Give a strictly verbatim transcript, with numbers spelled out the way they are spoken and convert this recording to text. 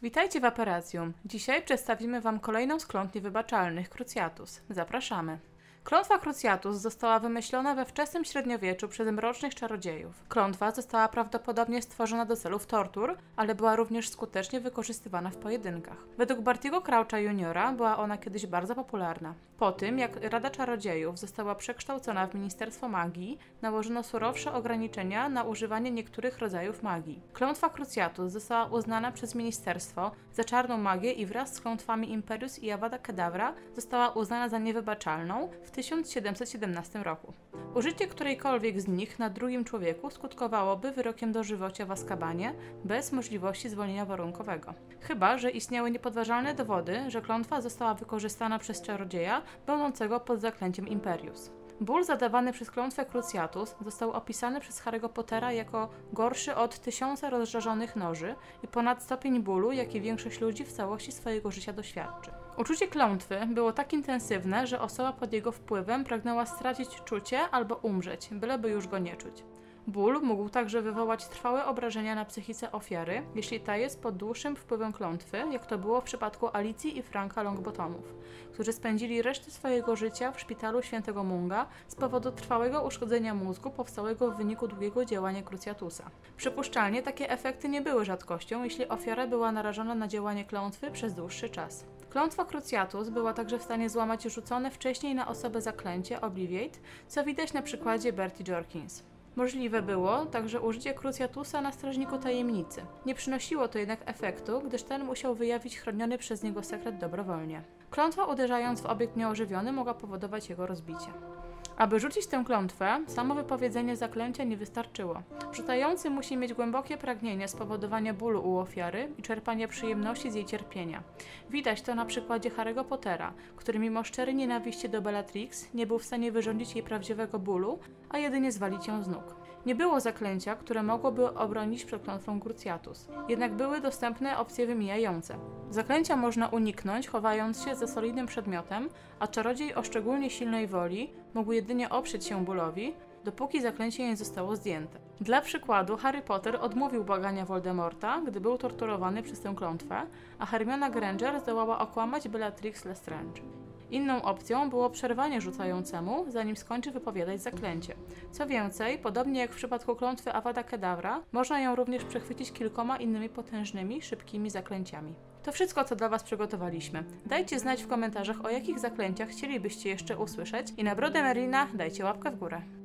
Witajcie w Aperacjum. Dzisiaj przedstawimy Wam kolejną z klątw niewybaczalnych, Cruciatus. Zapraszamy. Klątwa Cruciatus została wymyślona we wczesnym średniowieczu przez mrocznych czarodziejów. Klątwa została prawdopodobnie stworzona do celów tortur, ale była również skutecznie wykorzystywana w pojedynkach. Według Bartiego Croucha juniora była ona kiedyś bardzo popularna. Po tym, jak Rada Czarodziejów została przekształcona w Ministerstwo Magii, nałożono surowsze ograniczenia na używanie niektórych rodzajów magii. Klątwa Cruciatus została uznana przez ministerstwo za czarną magię i wraz z klątwami Imperius i Avada Kedavra została uznana za niewybaczalną w tysiąc siedemset siedemnastym roku. Użycie którejkolwiek z nich na drugim człowieku skutkowałoby wyrokiem dożywocia w Azkabanie bez możliwości zwolnienia warunkowego. Chyba że istniały niepodważalne dowody, że klątwa została wykorzystana przez czarodzieja będącego pod zaklęciem Imperius. Ból zadawany przez klątwę Cruciatus został opisany przez Harry'ego Pottera jako gorszy od tysiąca rozżarzonych noży i ponad stopień bólu, jaki większość ludzi w całości swojego życia doświadczy. Uczucie klątwy było tak intensywne, że osoba pod jego wpływem pragnęła stracić czucie albo umrzeć, byleby już go nie czuć. Ból mógł także wywołać trwałe obrażenia na psychice ofiary, jeśli ta jest pod dłuższym wpływem klątwy, jak to było w przypadku Alicji i Franka Longbottomów, którzy spędzili resztę swojego życia w szpitalu Świętego Munga z powodu trwałego uszkodzenia mózgu powstałego w wyniku długiego działania Cruciatusa. Przypuszczalnie takie efekty nie były rzadkością, jeśli ofiara była narażona na działanie klątwy przez dłuższy czas. Klątwa Cruciatus była także w stanie złamać rzucone wcześniej na osobę zaklęcie Obliviate, co widać na przykładzie Bertie Jorkins. Możliwe było także użycie Cruciatusa na Strażniku Tajemnicy. Nie przynosiło to jednak efektu, gdyż ten musiał wyjawić chroniony przez niego sekret dobrowolnie. Klątwa uderzając w obiekt nieożywiony mogła powodować jego rozbicie. Aby rzucić tę klątwę, samo wypowiedzenie zaklęcia nie wystarczyło. Rzucający musi mieć głębokie pragnienie spowodowania bólu u ofiary i czerpania przyjemności z jej cierpienia. Widać to na przykładzie Harry'ego Pottera, który mimo szczerej nienawiści do Bellatrix nie był w stanie wyrządzić jej prawdziwego bólu, a jedynie zwalić ją z nóg. Nie było zaklęcia, które mogłoby obronić przed klątwą Cruciatus. Jednak były dostępne opcje wymijające. Zaklęcia można uniknąć, chowając się za solidnym przedmiotem, a czarodziej o szczególnie silnej woli mógł jedynie oprzeć się bólowi, dopóki zaklęcie nie zostało zdjęte. Dla przykładu Harry Potter odmówił błagania Voldemorta, gdy był torturowany przez tę klątwę, a Hermiona Granger zdołała okłamać Bellatrix Lestrange. Inną opcją było przerwanie rzucającemu, zanim skończy wypowiadać zaklęcie. Co więcej, podobnie jak w przypadku klątwy Avada Kedavra, można ją również przechwycić kilkoma innymi potężnymi, szybkimi zaklęciami. To wszystko, co dla Was przygotowaliśmy. Dajcie znać w komentarzach, o jakich zaklęciach chcielibyście jeszcze usłyszeć i na brodę Merlina dajcie łapkę w górę.